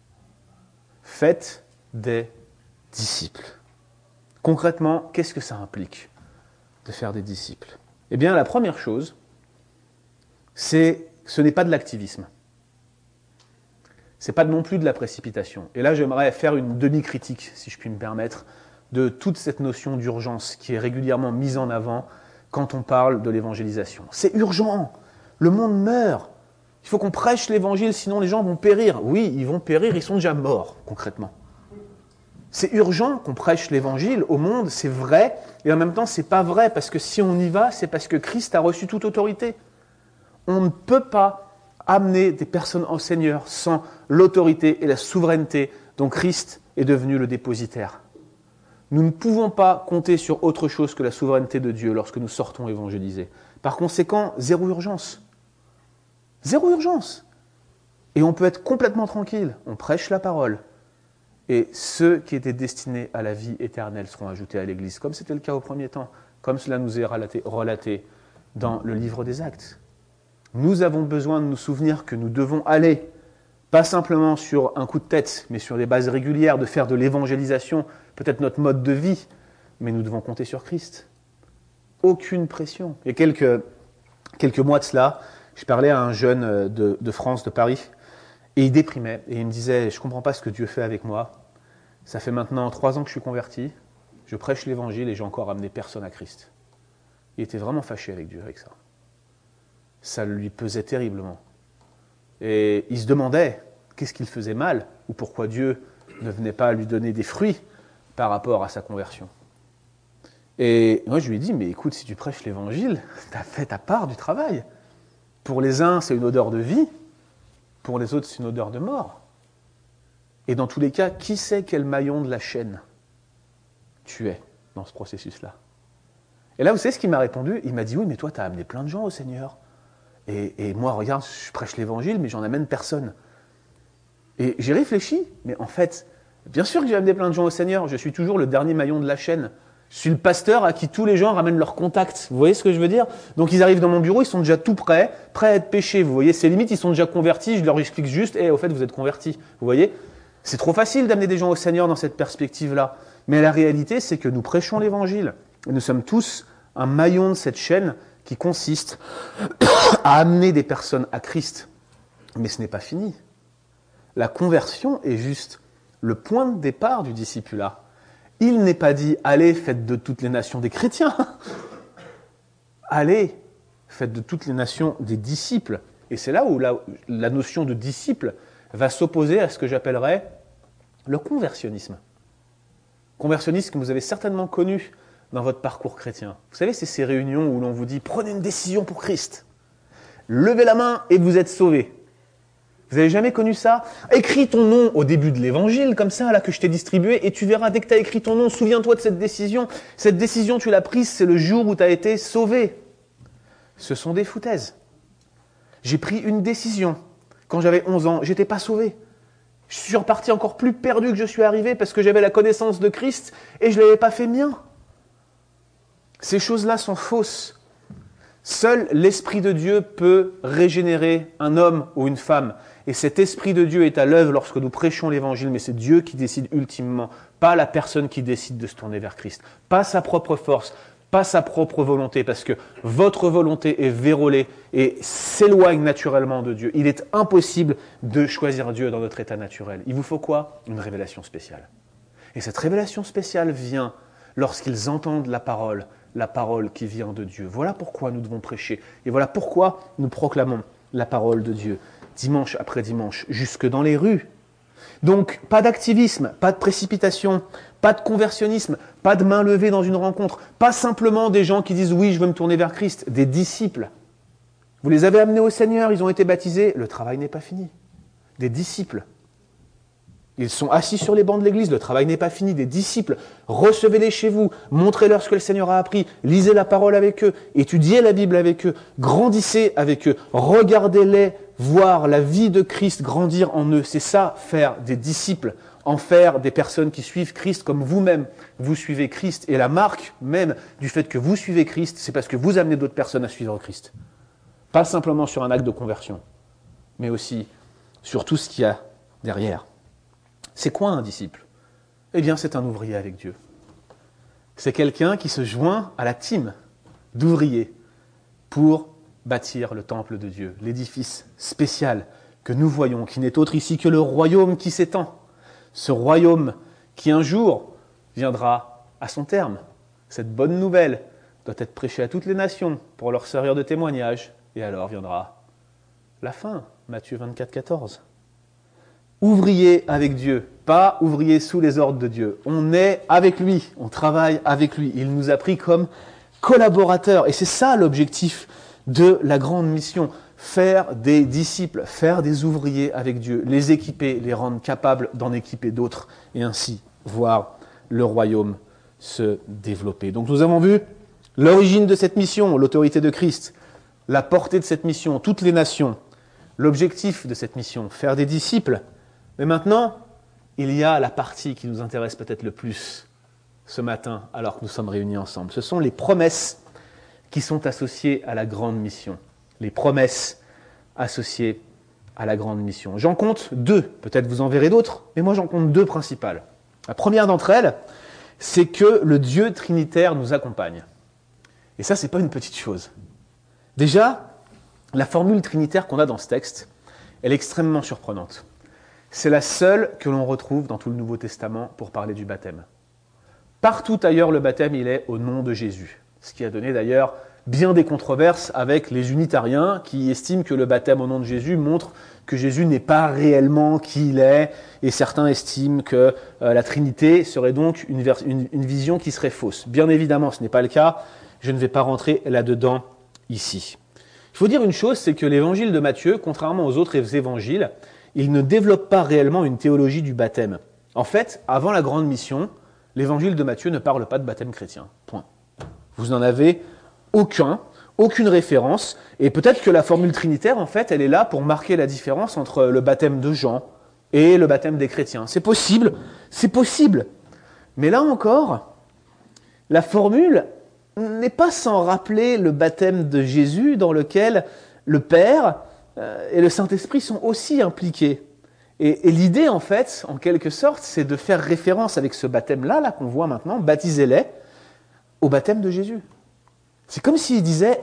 [SPEAKER 1] Faites des disciples. Concrètement, qu'est-ce que ça implique de faire des disciples? Eh bien, la première chose, ce n'est pas de l'activisme. Ce n'est pas non plus de la précipitation. Et là, j'aimerais faire une demi-critique, si je puis me permettre, de toute cette notion d'urgence qui est régulièrement mise en avant quand on parle de l'évangélisation. C'est urgent, le monde meurt, il faut qu'on prêche l'évangile, sinon les gens vont périr. Oui, ils vont périr, ils sont déjà morts, concrètement. C'est urgent qu'on prêche l'évangile au monde, c'est vrai, et en même temps, c'est pas vrai, parce que si on y va, c'est parce que Christ a reçu toute autorité. On ne peut pas amener des personnes au Seigneur sans l'autorité et la souveraineté dont Christ est devenu le dépositaire. Nous ne pouvons pas compter sur autre chose que la souveraineté de Dieu lorsque nous sortons évangéliser. Par conséquent, zéro urgence. Zéro urgence. Et on peut être complètement tranquille. On prêche la parole. Et ceux qui étaient destinés à la vie éternelle seront ajoutés à l'Église, comme c'était le cas au premier temps, comme cela nous est relaté dans le livre des Actes. Nous avons besoin de nous souvenir que nous devons aller, pas simplement sur un coup de tête, mais sur des bases régulières, de faire de l'évangélisation, peut-être notre mode de vie, mais nous devons compter sur Christ. Aucune pression. Il y a quelques mois de cela, je parlais à un jeune de France, de Paris, et il déprimait, et il me disait « Je ne comprends pas ce que Dieu fait avec moi. Ça fait maintenant 3 ans que je suis converti, je prêche l'évangile et j'ai encore amené personne à Christ. » Il était vraiment fâché avec Dieu, avec ça. Ça lui pesait terriblement. Et il se demandait qu'est-ce qu'il faisait mal, ou pourquoi Dieu ne venait pas lui donner des fruits par rapport à sa conversion. Et moi je lui ai dit, mais écoute, si tu prêches l'évangile, tu as fait ta part du travail. Pour les uns, c'est une odeur de vie, pour les autres, c'est une odeur de mort. Et dans tous les cas, qui sait quel maillon de la chaîne tu es dans ce processus-là? Et là, vous savez ce qu'il m'a répondu? Il m'a dit, oui, mais toi, tu as amené plein de gens au Seigneur. Et moi, regarde, je prêche l'évangile, mais j'en amène personne. Et j'ai réfléchi, mais en fait, bien sûr que j'ai amené plein de gens au Seigneur, je suis toujours le dernier maillon de la chaîne. Je suis le pasteur à qui tous les gens ramènent leurs contacts. Vous voyez ce que je veux dire? Donc ils arrivent dans mon bureau, ils sont déjà tout prêts à être péchés. Vous voyez, c'est limite, ils sont déjà convertis, je leur explique juste, au fait, vous êtes convertis. Vous voyez? C'est trop facile d'amener des gens au Seigneur dans cette perspective-là. Mais la réalité, c'est que nous prêchons l'évangile. Et nous sommes tous un maillon de cette chaîne qui consiste à amener des personnes à Christ. Mais ce n'est pas fini. La conversion est juste le point de départ du discipulat. Il n'est pas dit « Allez, faites de toutes les nations des chrétiens ». Allez, faites de toutes les nations des disciples. Et c'est là où la notion de disciple va s'opposer à ce que j'appellerais le conversionnisme. Conversionnisme que vous avez certainement connu dans votre parcours chrétien. Vous savez, c'est ces réunions où l'on vous dit « Prenez une décision pour Christ. Levez la main et vous êtes sauvés. » Vous n'avez jamais connu ça? Écris ton nom au début de l'évangile, comme ça, là, que je t'ai distribué, et tu verras, dès que tu as écrit ton nom, souviens-toi de cette décision. Cette décision, tu l'as prise, c'est le jour où tu as été sauvé. Ce sont des foutaises. J'ai pris une décision. Quand j'avais 11 ans, je n'étais pas sauvé. Je suis reparti encore plus perdu que je suis arrivé parce que j'avais la connaissance de Christ et je ne l'avais pas fait mien. Ces choses-là sont fausses. Seul l'Esprit de Dieu peut régénérer un homme ou une femme. Et cet Esprit de Dieu est à l'œuvre lorsque nous prêchons l'Évangile, mais c'est Dieu qui décide ultimement, pas la personne qui décide de se tourner vers Christ. Pas sa propre force, pas sa propre volonté, parce que votre volonté est vérolée et s'éloigne naturellement de Dieu. Il est impossible de choisir Dieu dans notre état naturel. Il vous faut quoi? Une révélation spéciale. Et cette révélation spéciale vient lorsqu'ils entendent la parole qui vient de Dieu. Voilà pourquoi nous devons prêcher. Et voilà pourquoi nous proclamons la parole de Dieu, dimanche après dimanche, jusque dans les rues. Donc, pas d'activisme, pas de précipitation, pas de conversionnisme, pas de main levée dans une rencontre, pas simplement des gens qui disent « oui, je veux me tourner vers Christ », des disciples. Vous les avez amenés au Seigneur, ils ont été baptisés, le travail n'est pas fini. Des disciples. Ils sont assis sur les bancs de l'église, le travail n'est pas fini. Des disciples, recevez-les chez vous, montrez-leur ce que le Seigneur a appris, lisez la parole avec eux, étudiez la Bible avec eux, grandissez avec eux, regardez-les voir la vie de Christ grandir en eux. C'est ça, faire des disciples en faire des personnes qui suivent Christ comme vous-même, vous suivez Christ. Et la marque même du fait que vous suivez Christ, c'est parce que vous amenez d'autres personnes à suivre Christ. Pas simplement sur un acte de conversion, mais aussi sur tout ce qu'il y a derrière. C'est quoi un disciple ? Eh bien, c'est un ouvrier avec Dieu. C'est quelqu'un qui se joint à la team d'ouvriers pour bâtir le temple de Dieu, l'édifice spécial que nous voyons, qui n'est autre ici que le royaume qui s'étend. Ce royaume qui un jour viendra à son terme. Cette bonne nouvelle doit être prêchée à toutes les nations pour leur servir de témoignage. Et alors viendra la fin, Matthieu 24, 14. Ouvrier avec Dieu, pas ouvrier sous les ordres de Dieu. On est avec lui, on travaille avec lui. Il nous a pris comme collaborateurs. Et c'est ça l'objectif de la grande mission. Faire des disciples, faire des ouvriers avec Dieu, les équiper, les rendre capables d'en équiper d'autres, et ainsi voir le royaume se développer. Donc nous avons vu l'origine de cette mission, l'autorité de Christ, la portée de cette mission, toutes les nations, l'objectif de cette mission, faire des disciples. Mais maintenant, il y a la partie qui nous intéresse peut-être le plus ce matin, alors que nous sommes réunis ensemble. Ce sont les promesses qui sont associées à la grande mission. Les promesses associées à la grande mission. J'en compte deux, peut-être vous en verrez d'autres, mais moi j'en compte deux principales. La première d'entre elles, c'est que le Dieu trinitaire nous accompagne. Et ça, c'est pas une petite chose. Déjà, la formule trinitaire qu'on a dans ce texte, elle est extrêmement surprenante. C'est la seule que l'on retrouve dans tout le Nouveau Testament pour parler du baptême. Partout ailleurs, le baptême, il est au nom de Jésus. Ce qui a donné d'ailleurs bien des controverses avec les unitariens qui estiment que le baptême au nom de Jésus montre que Jésus n'est pas réellement qui il est, et certains estiment que la Trinité serait donc une vision qui serait fausse. Bien évidemment, ce n'est pas le cas, je ne vais pas rentrer là-dedans ici. Il faut dire une chose, c'est que l'évangile de Matthieu, contrairement aux autres évangiles, il ne développe pas réellement une théologie du baptême. En fait, avant la grande mission, l'évangile de Matthieu ne parle pas de baptême chrétien. Point. Vous n'en avez aucune référence, et peut-être que la formule trinitaire, en fait, elle est là pour marquer la différence entre le baptême de Jean et le baptême des chrétiens. C'est possible. Mais là encore, la formule n'est pas sans rappeler le baptême de Jésus dans lequel le Père et le Saint-Esprit sont aussi impliqués. Et l'idée, en fait, en quelque sorte, c'est de faire référence avec ce baptême-là, qu'on voit maintenant, baptisez-les, au baptême de Jésus. C'est comme s'il disait,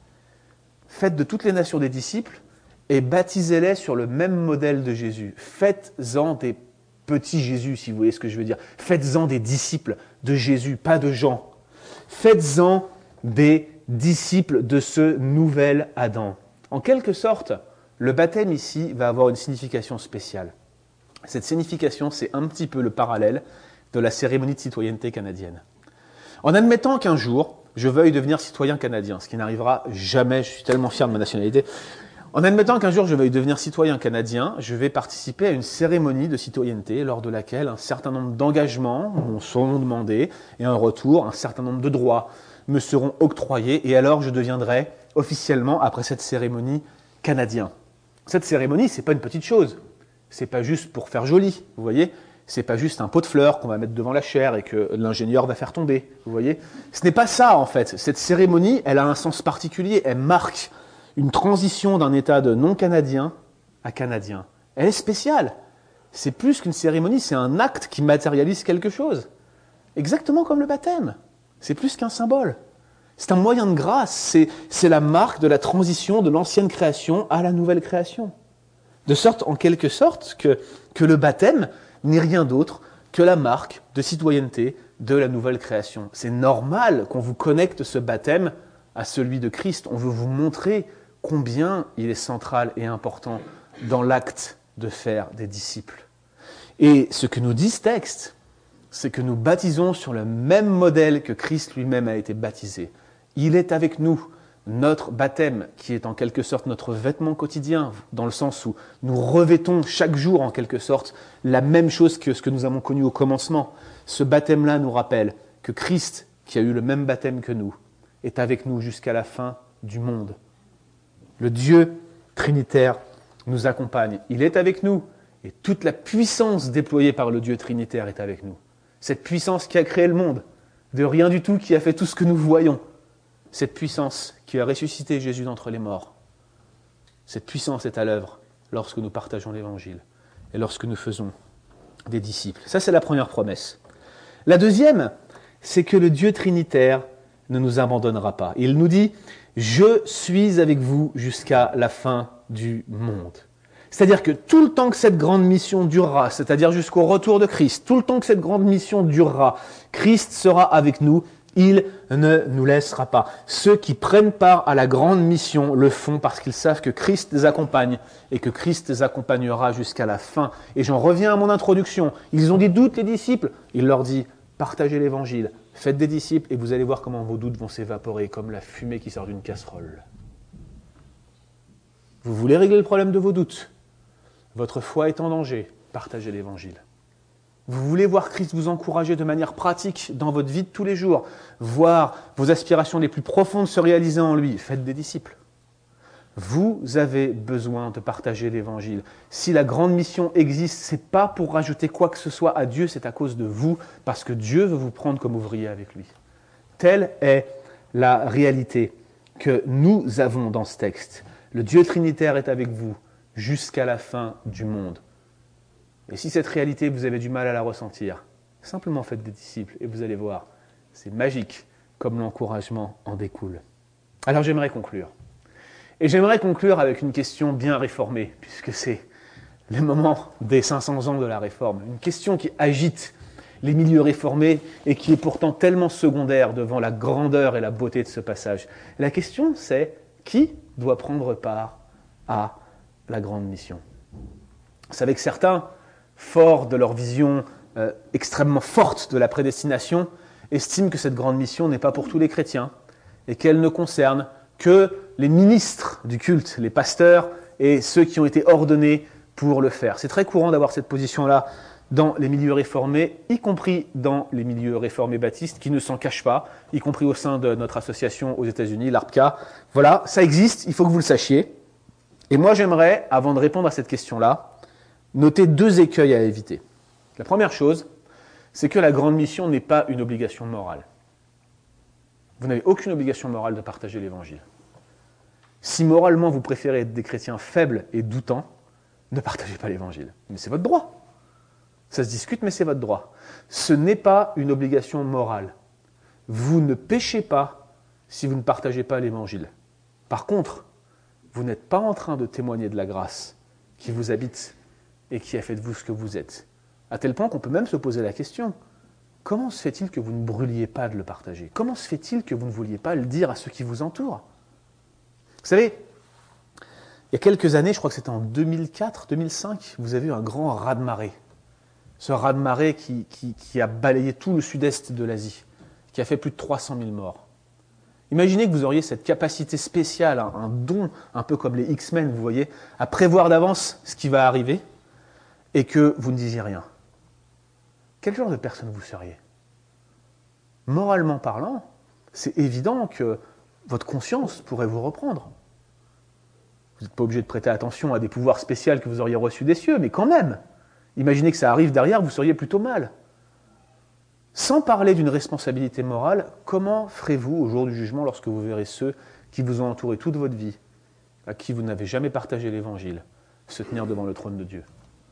[SPEAKER 1] faites de toutes les nations des disciples et baptisez-les sur le même modèle de Jésus. Faites-en des petits Jésus, si vous voyez ce que je veux dire. Faites-en des disciples de Jésus, pas de Jean. Faites-en des disciples de ce nouvel Adam. En quelque sorte, le baptême ici va avoir une signification spéciale. Cette signification, c'est un petit peu le parallèle de la cérémonie de citoyenneté canadienne. En admettant qu'un jour, je veuille devenir citoyen canadien, ce qui n'arrivera jamais, je suis tellement fier de ma nationalité. En admettant qu'un jour je veuille devenir citoyen canadien, je vais participer à une cérémonie de citoyenneté lors de laquelle un certain nombre d'engagements me seront demandés et en retour, un certain nombre de droits me seront octroyés et alors je deviendrai officiellement, après cette cérémonie, canadien. Cette cérémonie, c'est pas une petite chose. C'est pas juste pour faire joli, vous voyez. C'est pas juste un pot de fleurs qu'on va mettre devant la chaire et que l'ingénieur va faire tomber, vous voyez. Ce n'est pas ça, en fait. Cette cérémonie, elle a un sens particulier. Elle marque une transition d'un état de non-canadien à canadien. Elle est spéciale. C'est plus qu'une cérémonie, c'est un acte qui matérialise quelque chose. Exactement comme le baptême. C'est plus qu'un symbole. C'est un moyen de grâce. C'est la marque de la transition de l'ancienne création à la nouvelle création. De sorte, en quelque sorte, que le baptême n'est rien d'autre que la marque de citoyenneté de la nouvelle création. C'est normal qu'on vous connecte ce baptême à celui de Christ. On veut vous montrer combien il est central et important dans l'acte de faire des disciples. Et ce que nous dit ce texte, c'est que nous baptisons sur le même modèle que Christ lui-même a été baptisé. Il est avec nous. Notre baptême, qui est en quelque sorte notre vêtement quotidien, dans le sens où nous revêtons chaque jour en quelque sorte la même chose que ce que nous avons connu au commencement. Ce baptême-là nous rappelle que Christ, qui a eu le même baptême que nous, est avec nous jusqu'à la fin du monde. Le Dieu trinitaire nous accompagne. Il est avec nous Et toute la puissance déployée par le Dieu Trinitaire est avec nous. Cette puissance qui a créé le monde, de rien du tout, qui a fait tout ce que nous voyons. Cette puissance qui a ressuscité Jésus d'entre les morts. Cette puissance est à l'œuvre lorsque nous partageons l'Évangile et lorsque nous faisons des disciples. Ça, c'est la première promesse. La deuxième, c'est que le Dieu Trinitaire ne nous abandonnera pas. Il nous dit « Je suis avec vous jusqu'à la fin du monde ». C'est-à-dire que tout le temps que cette grande mission durera, c'est-à-dire jusqu'au retour de Christ, tout le temps que cette grande mission durera, Christ sera avec nous, il ne nous laissera pas. Ceux qui prennent part à la grande mission le font parce qu'ils savent que Christ les accompagne et que Christ les accompagnera jusqu'à la fin. Et j'en reviens à mon introduction. Ils ont des doutes, les disciples. Il leur dit, partagez l'évangile, faites des disciples et vous allez voir comment vos doutes vont s'évaporer comme la fumée qui sort d'une casserole. Vous voulez régler le problème de vos doutes? Votre foi est en danger, partagez l'évangile. Vous voulez voir Christ vous encourager de manière pratique dans votre vie de tous les jours, voir vos aspirations les plus profondes se réaliser en lui, faites des disciples. Vous avez besoin de partager l'évangile. Si la grande mission existe, ce n'est pas pour rajouter quoi que ce soit à Dieu, c'est à cause de vous, parce que Dieu veut vous prendre comme ouvrier avec lui. Telle est la réalité que nous avons dans ce texte. Le Dieu Trinitaire est avec vous jusqu'à la fin du monde. Et si cette réalité, vous avez du mal à la ressentir, simplement faites des disciples et vous allez voir, c'est magique comme l'encouragement en découle. Alors j'aimerais conclure. Et j'aimerais conclure avec une question bien réformée, puisque c'est le moment des 500 ans de la Réforme. Une question qui agite les milieux réformés et qui est pourtant tellement secondaire devant la grandeur et la beauté de ce passage. Et la question c'est, qui doit prendre part à la grande mission? Vous savez que certains, forts de leur vision extrêmement forte de la prédestination, estiment que cette grande mission n'est pas pour tous les chrétiens et qu'elle ne concerne que les ministres du culte, les pasteurs et ceux qui ont été ordonnés pour le faire. C'est très courant d'avoir cette position-là dans les milieux réformés, y compris dans les milieux réformés baptistes, qui ne s'en cachent pas, y compris au sein de notre association aux États-Unis, l'ARPCA. Voilà, ça existe, il faut que vous le sachiez. Et moi, j'aimerais, avant de répondre à cette question-là, noter deux écueils à éviter. La première chose, c'est que la grande mission n'est pas une obligation morale. Vous n'avez aucune obligation morale de partager l'Évangile. Si moralement vous préférez être des chrétiens faibles et doutants, ne partagez pas l'Évangile. Mais c'est votre droit. Ça se discute, mais c'est votre droit. Ce n'est pas une obligation morale. Vous ne péchez pas si vous ne partagez pas l'Évangile. Par contre, vous n'êtes pas en train de témoigner de la grâce qui vous habite et qui a fait de vous ce que vous êtes. À tel point qu'on peut même se poser la question, comment se fait-il que vous ne brûliez pas de le partager? Comment se fait-il que vous ne vouliez pas le dire à ceux qui vous entourent? Vous savez, il y a quelques années, je crois que c'était en 2004, 2005, vous avez eu un grand raz-de-marée. Ce raz-de-marée qui a balayé tout le sud-est de l'Asie, qui a fait plus de 300 000 morts. Imaginez que vous auriez cette capacité spéciale, un don, un peu comme les X-Men, vous voyez, à prévoir d'avance ce qui va arriver, et que vous ne disiez rien. Quel genre de personne vous seriez? Moralement parlant, c'est évident que votre conscience pourrait vous reprendre. Vous n'êtes pas obligé de prêter attention à des pouvoirs spéciaux que vous auriez reçus des cieux, mais quand même, imaginez que ça arrive derrière, vous seriez plutôt mal. Sans parler d'une responsabilité morale, comment ferez-vous au jour du jugement lorsque vous verrez ceux qui vous ont entouré toute votre vie, à qui vous n'avez jamais partagé l'Évangile, se tenir devant le trône de Dieu?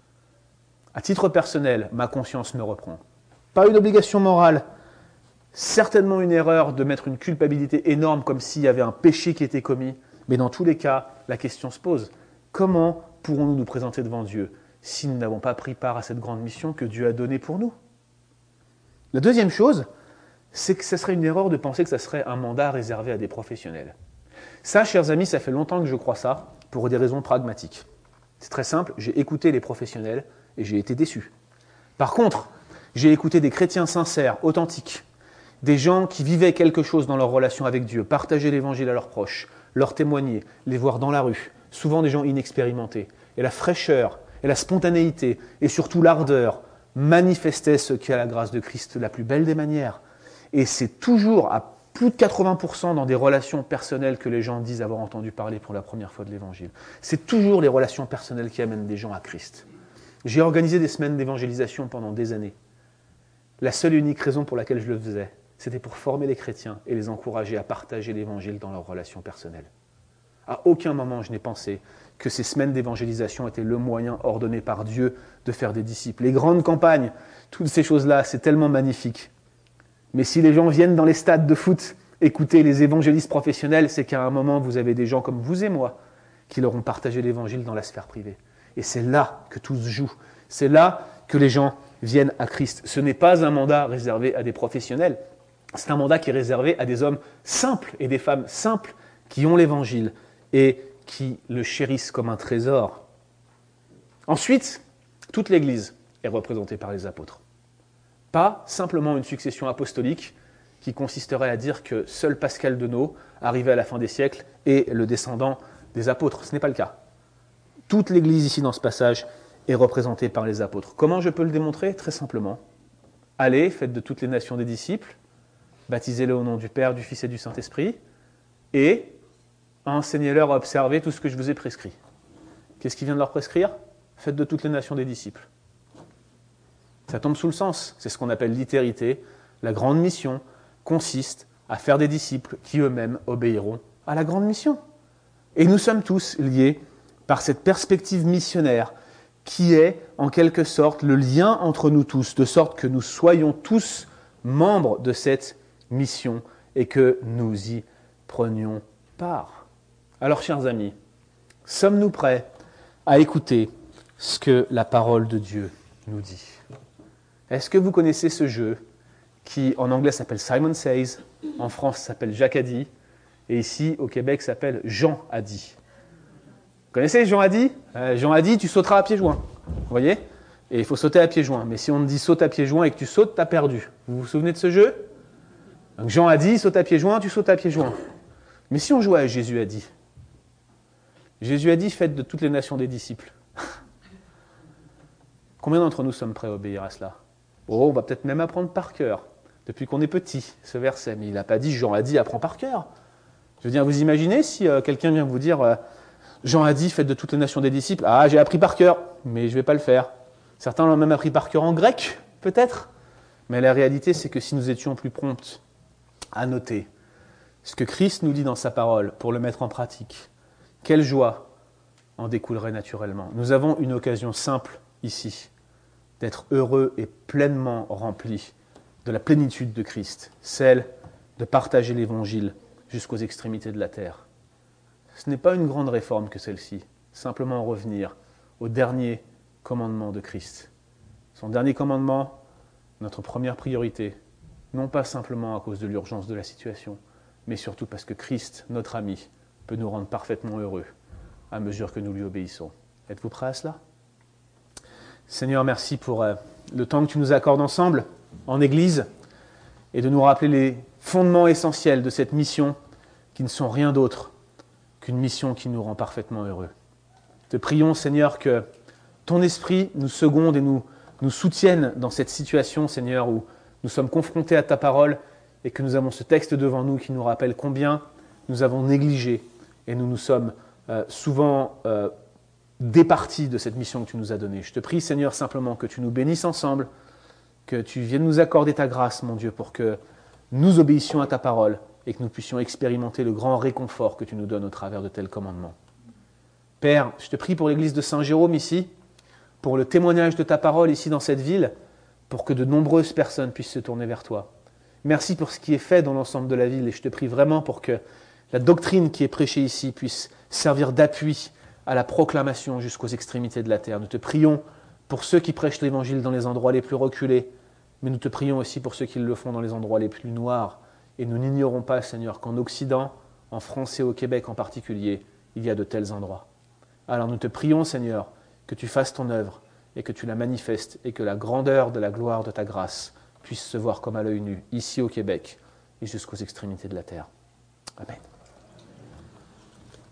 [SPEAKER 1] À titre personnel, ma conscience me reprend. Pas une obligation morale, certainement une erreur de mettre une culpabilité énorme comme s'il y avait un péché qui était commis, mais dans tous les cas, la question se pose. Comment pourrons-nous nous présenter devant Dieu si nous n'avons pas pris part à cette grande mission que Dieu a donnée pour nous? La deuxième chose, c'est que ce serait une erreur de penser que ce serait un mandat réservé à des professionnels. Ça, chers amis, ça fait longtemps que je crois ça, pour des raisons pragmatiques. C'est très simple, j'ai écouté les professionnels et j'ai été déçu. Par contre, j'ai écouté des chrétiens sincères, authentiques, des gens qui vivaient quelque chose dans leur relation avec Dieu, partager l'Évangile à leurs proches, leur témoigner, les voir dans la rue, souvent des gens inexpérimentés. Et la fraîcheur, et la spontanéité, et surtout l'ardeur, manifestaient ce qu'est la grâce de Christ de la plus belle des manières. Et c'est toujours, à plus de 80% dans des relations personnelles que les gens disent avoir entendu parler pour la première fois de l'Évangile. C'est toujours les relations personnelles qui amènent des gens à Christ. J'ai organisé des semaines d'évangélisation pendant des années. La seule et unique raison pour laquelle je le faisais, c'était pour former les chrétiens et les encourager à partager l'évangile dans leurs relations personnelles. À aucun moment je n'ai pensé que ces semaines d'évangélisation étaient le moyen ordonné par Dieu de faire des disciples. Les grandes campagnes, toutes ces choses-là, c'est tellement magnifique. Mais si les gens viennent dans les stades de foot écouter les évangélistes professionnels, c'est qu'à un moment, vous avez des gens comme vous et moi qui leur ont partagé l'évangile dans la sphère privée. Et c'est là que tout se joue. C'est là que les gens viennent à Christ. Ce n'est pas un mandat réservé à des professionnels. C'est un mandat qui est réservé à des hommes simples et des femmes simples qui ont l'évangile et qui le chérissent comme un trésor. Ensuite, toute l'Église est représentée par les apôtres. Pas simplement une succession apostolique qui consisterait à dire que seul Pascal Denot, arrivé à la fin des siècles, est le descendant des apôtres. Ce n'est pas le cas. Toute l'Église ici dans ce passage est représentée par les apôtres. Comment je peux le démontrer ? Très simplement. Allez, faites de toutes les nations des disciples, baptisez-les au nom du Père, du Fils et du Saint-Esprit, et enseignez-leur à observer tout ce que je vous ai prescrit. Qu'est-ce qu'il vient de leur prescrire ? Faites de toutes les nations des disciples. Ça tombe sous le sens. C'est ce qu'on appelle littérité. La grande mission consiste à faire des disciples qui eux-mêmes obéiront à la grande mission. Et nous sommes tous liés par cette perspective missionnaire qui est en quelque sorte le lien entre nous tous, de sorte que nous soyons tous membres de cette mission et que nous y prenions part. Alors, chers amis, sommes-nous prêts à écouter ce que la parole de Dieu nous dit ? Est-ce que vous connaissez ce jeu qui, en anglais, s'appelle Simon Says, en France, s'appelle Jacques a dit, et ici, au Québec, s'appelle Jean a dit. Vous connaissez Jean a dit ? Jean a dit, tu sauteras à pieds joints. Vous voyez ? Et il faut sauter à pieds joints. Mais si on te dit saute à pieds joints et que tu sautes, tu as perdu. Vous vous souvenez de ce jeu ? Donc Jean a dit, saute à pieds joints, tu sautes à pieds joints. Mais si on jouait à Jésus a dit ? Jésus a dit, faites de toutes les nations des disciples. Combien d'entre nous sommes prêts à obéir à cela ? Oh, on va peut-être même apprendre par cœur, depuis qu'on est petit, ce verset. Mais il n'a pas dit, Jean a dit, apprends par cœur. Je veux dire, vous imaginez si quelqu'un vient vous dire, Jean a dit, faites de toutes les nations des disciples. Ah, j'ai appris par cœur, mais je ne vais pas le faire. Certains l'ont même appris par cœur en grec, peut-être. Mais la réalité, c'est que si nous étions plus prompts à noter ce que Christ nous dit dans sa parole pour le mettre en pratique, quelle joie en découlerait naturellement. Nous avons une occasion simple ici d'être heureux et pleinement remplis de la plénitude de Christ, celle de partager l'Évangile jusqu'aux extrémités de la terre. Ce n'est pas une grande réforme que celle-ci, simplement revenir au dernier commandement de Christ. Son dernier commandement, notre première priorité, non pas simplement à cause de l'urgence de la situation, mais surtout parce que Christ, notre ami, peut nous rendre parfaitement heureux à mesure que nous lui obéissons. Êtes-vous prêts à cela ? Seigneur, merci pour le temps que tu nous accordes ensemble, en Église, et de nous rappeler les fondements essentiels de cette mission qui ne sont rien d'autre qu'une mission qui nous rend parfaitement heureux. Te prions, Seigneur, que ton esprit nous seconde et nous soutienne dans cette situation, Seigneur, où nous sommes confrontés à ta parole et que nous avons ce texte devant nous qui nous rappelle combien nous avons négligé et nous nous sommes souvent départis de cette mission que tu nous as donnée. Je te prie, Seigneur, simplement que tu nous bénisses ensemble, que tu viennes nous accorder ta grâce, mon Dieu, pour que nous obéissions à ta parole et que nous puissions expérimenter le grand réconfort que tu nous donnes au travers de tels commandements. Père, je te prie pour l'église de Saint-Jérôme ici, pour le témoignage de ta parole ici dans cette ville, pour que de nombreuses personnes puissent se tourner vers toi. Merci pour ce qui est fait dans l'ensemble de la ville et je te prie vraiment pour que la doctrine qui est prêchée ici puisse servir d'appui à la proclamation jusqu'aux extrémités de la terre. Nous te prions pour ceux qui prêchent l'Évangile dans les endroits les plus reculés, mais nous te prions aussi pour ceux qui le font dans les endroits les plus noirs. Et nous n'ignorons pas, Seigneur, qu'en Occident, en France et au Québec en particulier, il y a de tels endroits. Alors nous te prions, Seigneur, que tu fasses ton œuvre et que tu la manifestes et que la grandeur de la gloire de ta grâce puisse se voir comme à l'œil nu, ici au Québec et jusqu'aux extrémités de la terre. Amen.